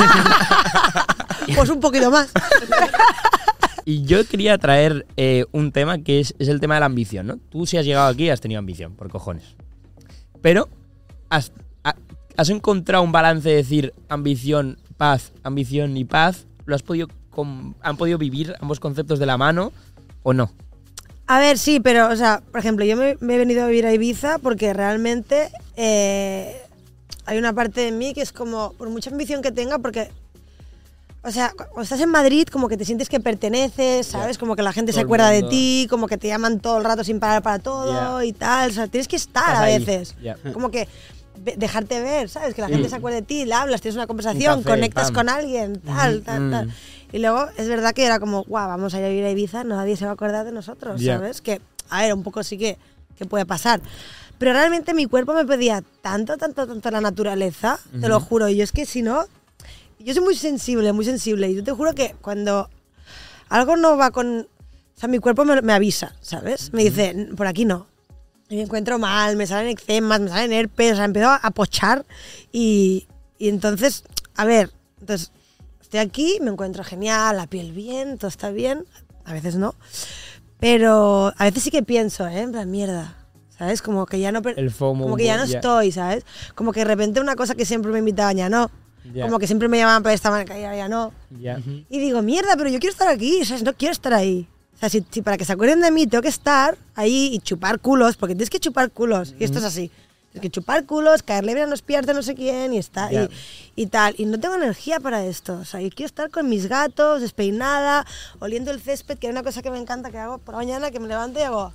Pues un poquito más. Y yo quería traer eh, un tema que es, es el tema de la ambición, ¿no? Tú si has llegado aquí has tenido ambición, por cojones. Pero has, ha- has encontrado un balance de decir ambición, paz, ambición y paz. ¿Lo has podido com- han podido vivir ambos conceptos de la mano o no? A ver, sí, pero, o sea, por ejemplo, yo me, me he venido a vivir a Ibiza porque realmente eh, hay una parte de mí que es como, por mucha ambición que tenga, porque, o sea, cu- cuando estás en Madrid, como que te sientes que perteneces, ¿sabes? Ya. Como que la gente Todo se el acuerda de mundo. ti, como que te llaman todo el rato sin parar para todo Ya. y tal. O sea, tienes que estar Estás a ahí, veces. ya. Como que ve- dejarte ver, ¿sabes? Que la gente se acuerde de ti, le hablas, tienes una conversación, café, conectas pam. con alguien, tal, tal, Mm. tal. Y luego es verdad que era como, guau, vamos a ir a vivir a Ibiza, nadie se va a acordar de nosotros, Ya. ¿sabes? Que, a ver, un poco sí que, que puede pasar. Pero realmente mi cuerpo me pedía tanto, tanto, tanto la naturaleza, te lo juro. Y yo es que si no, yo soy muy sensible, muy sensible. Y yo te juro que cuando algo no va con... O sea, mi cuerpo me, me avisa, ¿sabes? Me dice, por aquí no. Y me encuentro mal, me salen eczemas, me salen herpes, o sea, empiezo a pochar. Y, y entonces, a ver, entonces estoy aquí, me encuentro genial, la piel bien, todo está bien. A veces no. Pero a veces sí que pienso, ¿eh? En plan, mierda. ¿Sabes? Como que ya no... per- El FOMO. Como que ya no ya. estoy, ¿sabes? Como que de repente una cosa que siempre me invitaban ya no. Ya. Como que siempre me llamaban para esta marca y ahora ya no. Ya. Y digo, mierda, pero yo quiero estar aquí, ¿sabes? No quiero estar ahí. O sea, si, si para que se acuerden de mí tengo que estar ahí y chupar culos, porque tienes que chupar culos. Y esto es así. Tienes que chupar culos, caerle bien a los pies de no sé quién y, está, Ya. y, y tal. Y no tengo energía para esto. O sea, yo quiero estar con mis gatos, despeinada, oliendo el césped, que es una cosa que me encanta que hago por la mañana, que me levanto y hago...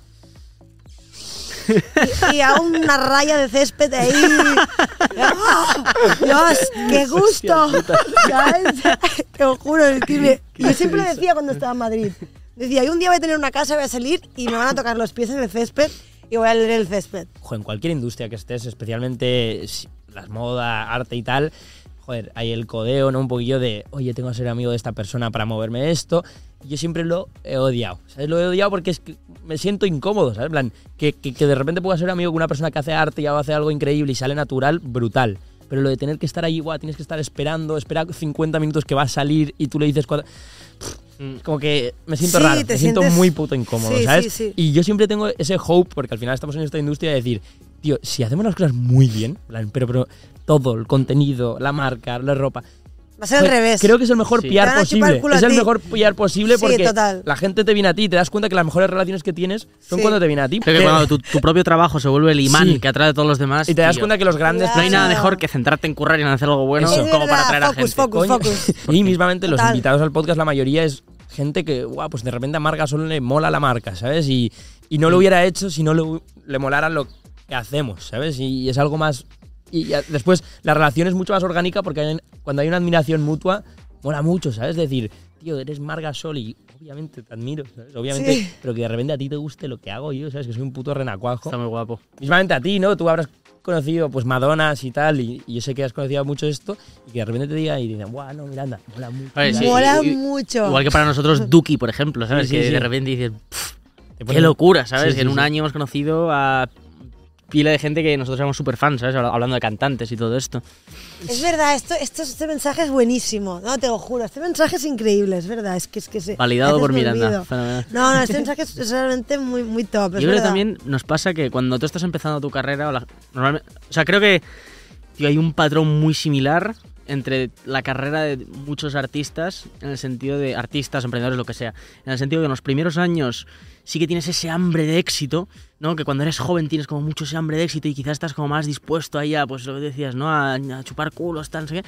y, y hago una raya de césped ahí. Y hago, ¡oh! Dios, qué gusto. ¿Sabes? Te lo juro. Es que me- y yo siempre lo decía cuando estaba en Madrid. Decía, yo un día voy a tener una casa, voy a salir y me van a tocar los pies en el césped y voy a leer el césped. Joder, en cualquier industria que estés, especialmente si- las modas, arte y tal, joder, hay el codeo, ¿no? Un poquillo de, oye, tengo que ser amigo de esta persona para moverme esto. Y yo siempre lo he odiado, ¿sabes? Lo he odiado porque es que me siento incómodo, ¿sabes? En plan, que, que, que de repente pueda ser amigo con una persona que hace arte y hace algo increíble y sale natural, brutal. Pero lo de tener que estar ahí, guau, tienes que estar esperando, espera cincuenta minutos que va a salir y tú le dices cuatro... Como que me siento Sí, raro, te me siento sientes- muy puto incómodo, Sí, ¿sabes? sí, sí. Y yo siempre tengo ese hope, porque al final estamos en esta industria de decir, tío, si hacemos las cosas muy bien, en plan, pero, pero todo, el contenido, la marca, la ropa... Va a ser al joder, revés. Creo que es el mejor Sí. P R Te van a chupar posible. el culo a Es el ti. mejor P R posible Sí, porque total. la gente te viene a ti y te das cuenta que las mejores relaciones que tienes son Sí. cuando te viene a ti. Creo que Te- cuando tu, tu propio trabajo se vuelve el imán Sí. que atrae a todos los demás. y te das tío, cuenta que los grandes... Claro. no hay nada mejor que centrarte en currar y en hacer algo bueno Eso. Es como para verdad, atraer a focus, gente. focus, Coño. focus. Y mismamente los Total. invitados al podcast, la mayoría es gente que, guau, pues de repente a Marga solo le mola la marca, ¿sabes? Y, y no lo hubiera hecho si no le, le molara lo que hacemos, ¿sabes? Y, es algo más... Y ya- después la relación es mucho más orgánica porque hay- cuando hay una admiración mutua, mola mucho, ¿sabes? Es decir, tío, eres Marga Sol y obviamente te admiro, ¿sabes? Obviamente, Sí. pero que de repente a ti te guste lo que hago yo, ¿sabes? Que soy un puto renacuajo. Está muy guapo. Mismamente a ti, ¿no? Tú habrás conocido pues Madonas y tal, y, y yo sé que has conocido mucho esto, y que de repente te diga y dicen, guau, no, Miranda, mola mucho. A ver, sí, Mola i- i- mucho. Igual que para nosotros Duki, por ejemplo, ¿sabes? Sí, sí, que sí. de repente dices, "Pff, Te qué pone- locura, ¿sabes? Sí, que en sí, un sí. año hemos conocido a pila de gente que nosotros éramos súper fans, ¿sabes? Hablando de cantantes y todo esto. Es verdad, esto, esto, este mensaje es buenísimo. No, te lo juro, este mensaje es increíble, es verdad. Es que, es que se, Validado a veces por me Miranda. olvido. Fenomenal. No, no, este mensaje es, es realmente muy, muy top. Yo es creo que verdad. también nos pasa que cuando tú estás empezando tu carrera, o, la- normalmente, o sea, creo que tío, hay un patrón muy similar entre la carrera de muchos artistas, en el sentido de artistas, emprendedores, lo que sea, en el sentido de que en los primeros años sí que tienes ese hambre de éxito, ¿no? Que cuando eres joven tienes como mucho ese hambre de éxito y quizás estás como más dispuesto ahí a, pues lo que decías, ¿no? A, a chupar culos, tal, no sé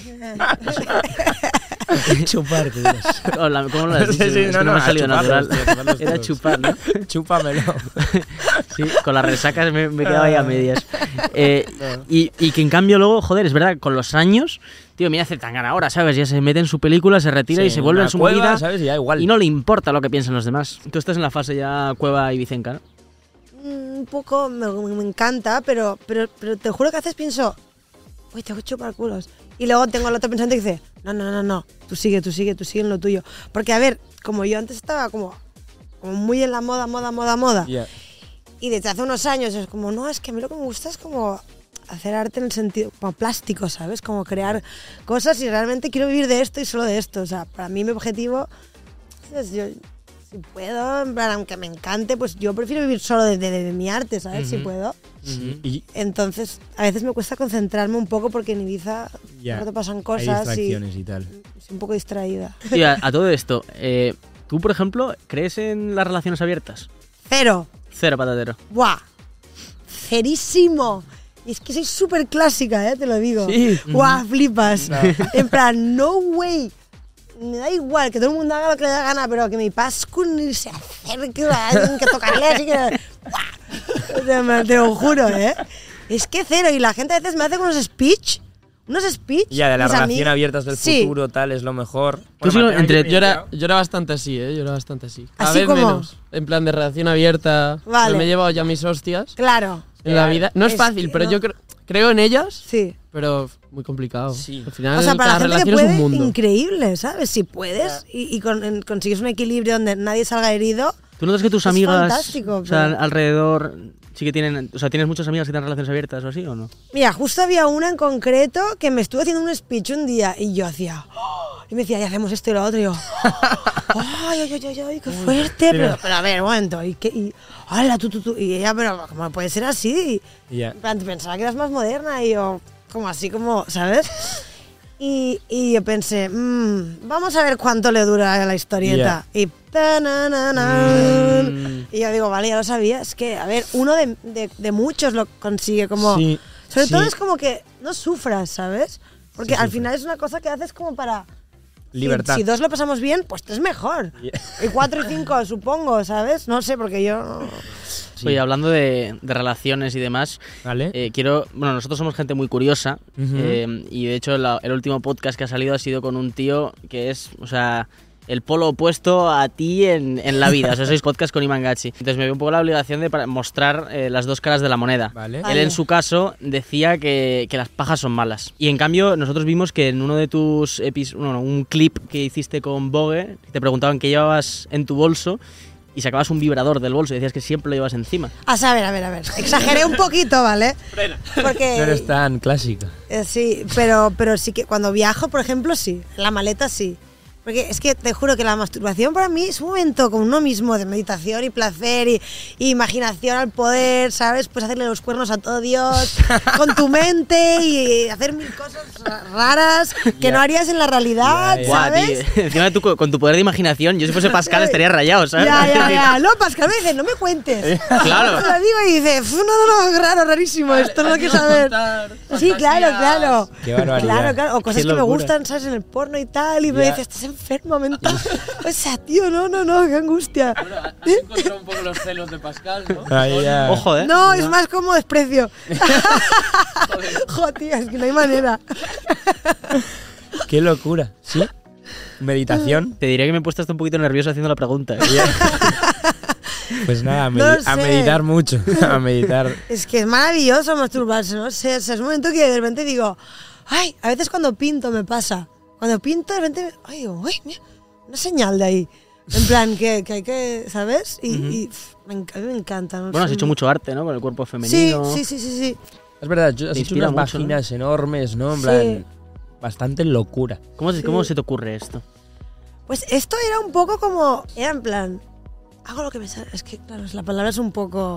qué. Chupar, tío. Hola, ¿cómo lo has dicho? Sí, sí, Es no, que no, me ha salido a chuparlos, natural. tío, chuparlos Era todos. chupar, ¿no? Chúpamelo. Sí, con las resacas me, me quedaba ahí a medias. Eh, y, y que en cambio luego, joder, es verdad, con los años, tío, mira Zetangana ahora, ¿sabes? Ya se mete en su película, se retira Sí, y se vuelve una en su cueva, movida. ¿sabes? Y ya igual. Y no le importa lo que piensan los demás. Tú estás en la fase ya Cueva y Vicenca, ¿no? Un poco me, me encanta, pero, pero, pero te juro que a veces pienso, uy, tengo que chupar culos. Y luego tengo el otro pensante que dice, no, no, no, no, tú sigue, tú sigue, tú sigue en lo tuyo. Porque, a ver, como yo antes estaba como, como muy en la moda, moda, moda, moda. Yeah. Y desde hace unos años es como, no, es que a mí lo que me gusta es como hacer arte en el sentido, como plástico, ¿sabes? Como crear cosas y realmente quiero vivir de esto y solo de esto. O sea, para mí mi objetivo es yo, si puedo, en plan, aunque me encante, pues yo prefiero vivir solo de, de, de mi arte, ¿sabes? Uh-huh. Si puedo. Sí. Y Entonces, a veces me cuesta concentrarme un poco porque en Ibiza ya, de pronto pasan hay cosas y distracciones y tal. estoy un poco distraída. Tío, a, a todo esto, eh, tú, por ejemplo, ¿crees en las relaciones abiertas? Cero. Cero patatero. ¡Buah! Cerísimo. Y es que soy súper clásica, ¿eh? Te lo digo. Sí. ¡Guau! Flipas. No. En plan, no way. Me da igual que todo el mundo haga lo que le da gana, pero que mi Pascu ni se acerque a alguien que tocarle así que... ¡Buah! O sea, me- te lo juro, ¿eh? Es que cero. Y la gente a veces me hace unos speech. Unos speech. Ya, de la mis relación amig- abiertas del Sí. futuro, tal, es lo mejor. Tú sí, Bueno, entre- me- Yo era, yo era bastante así, ¿eh? Yo era bastante así. Cada ¿Así vez como? menos. En plan de relación abierta. Vale. Yo me he llevado ya mis hostias Claro. en la vida. No es, Es fácil, que pero no. yo cre- creo en ellas, Sí. pero muy complicado. Sí. Al final, O sea, para cada la gente que relación puede, es un mundo. increíble, ¿sabes? Si puedes y, y con- en- consigues un equilibrio donde nadie salga herido. ¿Tú notas que tus Es amigas fantástico, o sea, pero- alrededor sí que tienen... O sea, ¿tienes muchas amigas que tienen relaciones abiertas o así o no? Mira, justo había una en concreto que me estuvo haciendo un speech un día y yo hacía... "Oh", y me decía, y hacemos esto y lo otro. Y yo, ¡ay, ay, ay, ay, ay, qué fuerte! Pero, pero a ver, un momento. Y, qué, y, ¡hala, tú, tú, tú! Y ella, pero ¿cómo puede ser así? Ya. En plan, pensaba que eras más moderna y yo, como así, como, ¿sabes? Y, y yo pensé, mmm, vamos a ver cuánto le dura la historieta. Y, ta-na-na-na. Mm. y yo digo, vale, ya lo sabía. Es que, a ver, uno de, de, de muchos lo consigue como... Sí, Sobre sí. todo es como que no sufras, ¿sabes? Porque Sí, al sufres. final es una cosa que haces como para... si- Libertad. Si, dos lo pasamos bien, pues tres mejor. Yeah. Y cuatro y cinco, supongo, ¿sabes? No sé, porque yo... Sí. Oye, hablando de, de relaciones y demás, ¿Vale? eh, quiero... Bueno, nosotros somos gente muy curiosa Ujú. eh, y de hecho la- el último podcast que ha salido ha sido con un tío que es, o sea, el polo opuesto a ti en, en la vida. O sea, sois podcast con Iman Gachi. Entonces me veo un poco la obligación de para- mostrar eh, las dos caras de la moneda. Vale. Él Vale. en su caso decía que, que las pajas son malas. Y en cambio nosotros vimos que en uno de tus episodios, bueno, un clip que hiciste con Vogue, te preguntaban qué llevabas en tu bolso y sacabas un vibrador del bolso y decías que siempre lo llevas encima. A saber, a ver, a ver. Exageré un poquito, ¿vale? Porque... No eres tan clásica. Eh, sí, pero, pero sí que cuando viajo, por ejemplo, sí. En la maleta sí. Porque es que te juro que la masturbación para mí es un momento con uno mismo de meditación y placer y, y imaginación al poder, ¿sabes? Pues hacerle los cuernos a todo Dios con tu mente y hacer mil cosas raras que Ya. no harías en la realidad, Ya, ya. Guau, ¿sabes? tío. Encima tú con con tu poder de imaginación, yo si fuese Pascal estaría rayado, ¿sabes? Ya, ya, ya. No, Pascal me dice, no me cuentes. Claro. Te lo digo y dice, "Fu, no, no, no, raro, rarísimo, esto no lo quiero saber. Sí, claro, claro. Qué barbaridad. Claro, claro. O cosas Qué que me locura. gustan, ¿sabes? En el porno y tal. Y me Ya. dices, estás enfermo mental. O sea, tío, no, no, no, qué angustia. Has encontrado un poco los celos de Pascal, ¿no? Ahí ya. Ojo, ¿eh? No, es más como desprecio. Joder, tío, es que no hay manera. Qué locura. ¿Sí? Meditación. Te diría que me he puesto hasta un poquito nervioso haciendo la pregunta. ¿eh? Pues nada, a, No medi- lo a sé. meditar mucho. A meditar. Es que es maravilloso masturbarse, no sé. O sea, es un momento que de repente digo, ay, a veces cuando pinto me pasa. Cuando pinto, de repente, ay, digo, uy, mira, una señal de ahí. En plan, que, que hay que, ¿sabes? Y, y pff, me, enc- a mí me encanta. No Bueno, has sé. hecho mucho arte, ¿no? Con el cuerpo Sí, femenino. sí, sí, sí, sí. Es verdad, yo- has Te hecho inspira unas mucho, ¿no? vaginas enormes, ¿no? En Sí. plan, bastante locura. ¿Cómo, se- Sí. ¿Cómo se te ocurre esto? Pues esto era un poco como, era en plan, hago lo que me sale, es que claro, la palabra es un poco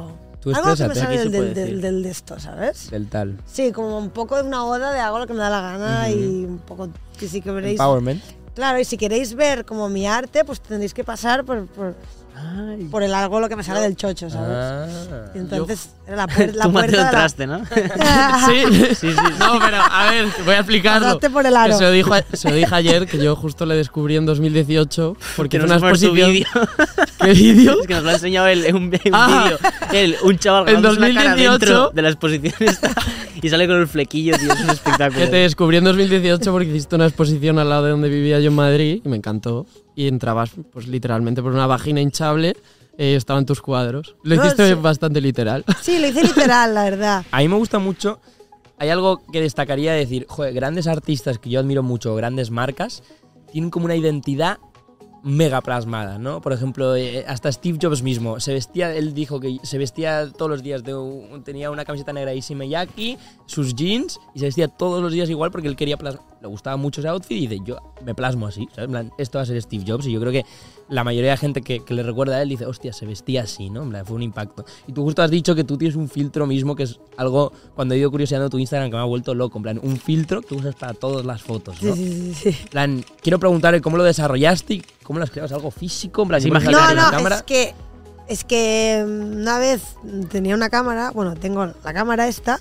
Tú Algo que me exprésate. sale Aquí del, se puede del, del, decir. del de esto, ¿sabes? Del tal. Sí, como un poco de una oda de hago lo que me da la gana y un poco que sí que veréis. Empowerment. Claro, y si queréis ver como mi arte, pues tendréis que pasar por, por, Ay. por el algo lo que me sale del chocho, ¿sabes? Ah. Y entonces era la, puer la Tú puerta Mateo de la... entraste, ¿no? Sí, Sí, sí. No, pero a ver, voy a explicarlo. Pasaste por el aro. Que se, lo dijo, a- se lo dije ayer, que yo justo le descubrí en dos mil dieciocho, porque Que hizo nos una pones tu exposición. vídeo. ¿Qué vídeo? Es que nos lo ha enseñado él en un, un Ah. vídeo. Él, un chaval En grabándose la cara dos mil dieciocho. dentro de la exposición esta, y sale con el flequillo, tío, es un espectáculo. Que te descubrí en dos mil dieciocho porque hiciste una exposición al lado de donde vivía yo en Madrid y me encantó. Y entrabas, pues literalmente por una vagina hinchable, eh, estaban tus cuadros. Lo No, hiciste sí. bastante literal. Sí, lo hice literal, la verdad. A mí me gusta mucho. Hay algo que destacaría de decir, joder, grandes artistas que yo admiro mucho, grandes marcas, tienen como una identidad mega plasmada, ¿no? Por ejemplo, eh, hasta Steve Jobs mismo, se vestía, él dijo que se vestía todos los días, de un- tenía una camiseta negra Issey Miyake, sus jeans, y se vestía todos los días igual porque él quería plasmar, le gustaba mucho ese outfit y dice, yo me plasmo así, ¿sabes? En plan, esto va a ser Steve Jobs, y yo creo que la mayoría de gente que, que le recuerda a él dice, hostia, se vestía así, ¿no? En plan, fue un impacto. Y tú justo has dicho que tú tienes un filtro mismo, que es algo, cuando he ido curioseando tu Instagram, que me ha vuelto loco, en plan, un filtro que usas para todas las fotos, ¿no? Sí, sí, sí, sí. En plan, quiero preguntarle cómo lo desarrollaste y cómo lo has creado. ¿Es algo físico? En plan, Sí, ¿cómo imagínate. sacas No, la no, cámara? es que, es que una vez tenía una cámara, bueno, tengo la cámara esta,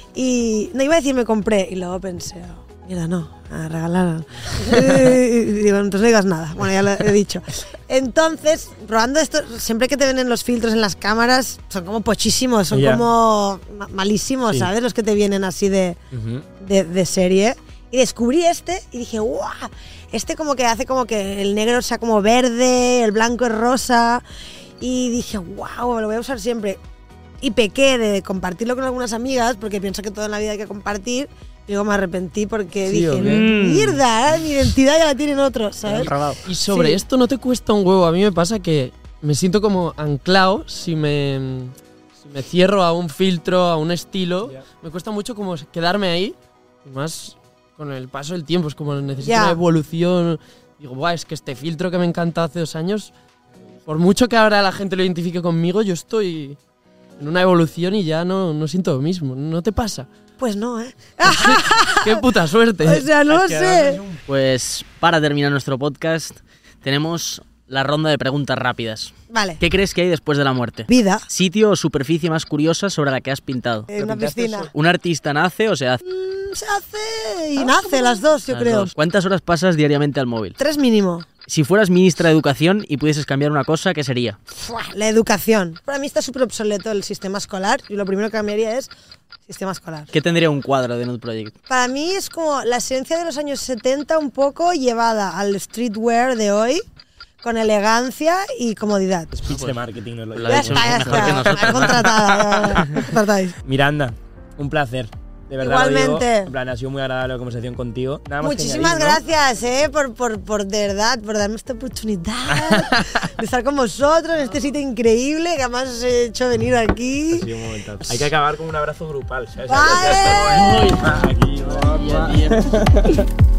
y no iba a decir me compré, y luego pensé, oh, mierda, no, a regalar. Y digo, entonces no digas nada, bueno, ya lo he dicho. Entonces, probando esto, siempre que te vienen los filtros en las cámaras, son como pochísimos, son Ya. como ma- malísimos, Sí. ¿sabes? Los que te vienen así de, Ujú. de, de serie. Y descubrí este y dije, ¡guau! Este como que hace como que el negro sea como verde, el blanco es rosa. Y dije, ¡wow! Lo voy a usar siempre. Y pequé de compartirlo con algunas amigas porque pienso que todo en la vida hay que compartir. Y luego me arrepentí porque Sí, dije, ¿o qué? ¡mierda! Mi identidad ya la tienen otros, ¿sabes? Robado. Y sobre Sí. esto no te cuesta un huevo. A mí me pasa que me siento como anclado si me, si me cierro a un filtro, a un estilo. Ya. Me cuesta mucho como quedarme ahí. Y más con el paso del tiempo. Es como necesito Ya. una evolución. Digo, Buah, es que este filtro que me encanta hace dos años, por mucho que ahora la gente lo identifique conmigo, yo estoy en una evolución y ya no, no siento lo mismo. ¿No te pasa? Pues no, ¿eh? ¡Qué puta suerte! O sea, no lo Es que además sé. es un- Pues para terminar nuestro podcast, tenemos la ronda de preguntas rápidas. Vale. ¿Qué crees que hay después de la muerte? Vida. Sitio o superficie más curiosa sobre la que has pintado. En una pintaste piscina. eso? ¿Un artista nace o se hace? Mm, se hace y nace las dos, yo Las creo. dos. ¿Cuántas horas pasas diariamente al móvil? Tres mínimo. Si fueras ministra de Educación y pudieses cambiar una cosa, ¿qué sería? Fua, la educación. Para mí está súper obsoleto el sistema escolar y lo primero que cambiaría es sistema escolar. ¿Qué tendría un cuadro de Nude Project? Para mí es como la esencia de los años setenta un poco llevada al streetwear de hoy con elegancia y comodidad. Speech de marketing. nos lo La Ya dicho está, ya mejor que está. nosotros. Contratada. ya, ya, contratáis. Miranda, un placer. De verdad lo Igualmente. digo. En plan, ha sido muy agradable la conversación contigo. Nada más que Muchísimas añadir, ¿no? gracias, eh, por, por, por de verdad, por darme esta oportunidad de estar con vosotros en este sitio increíble que además os he hecho venir aquí. Ha sido un momentazo. Hay que acabar con un abrazo grupal, ¿sabes? Vale. Aquí, guapa.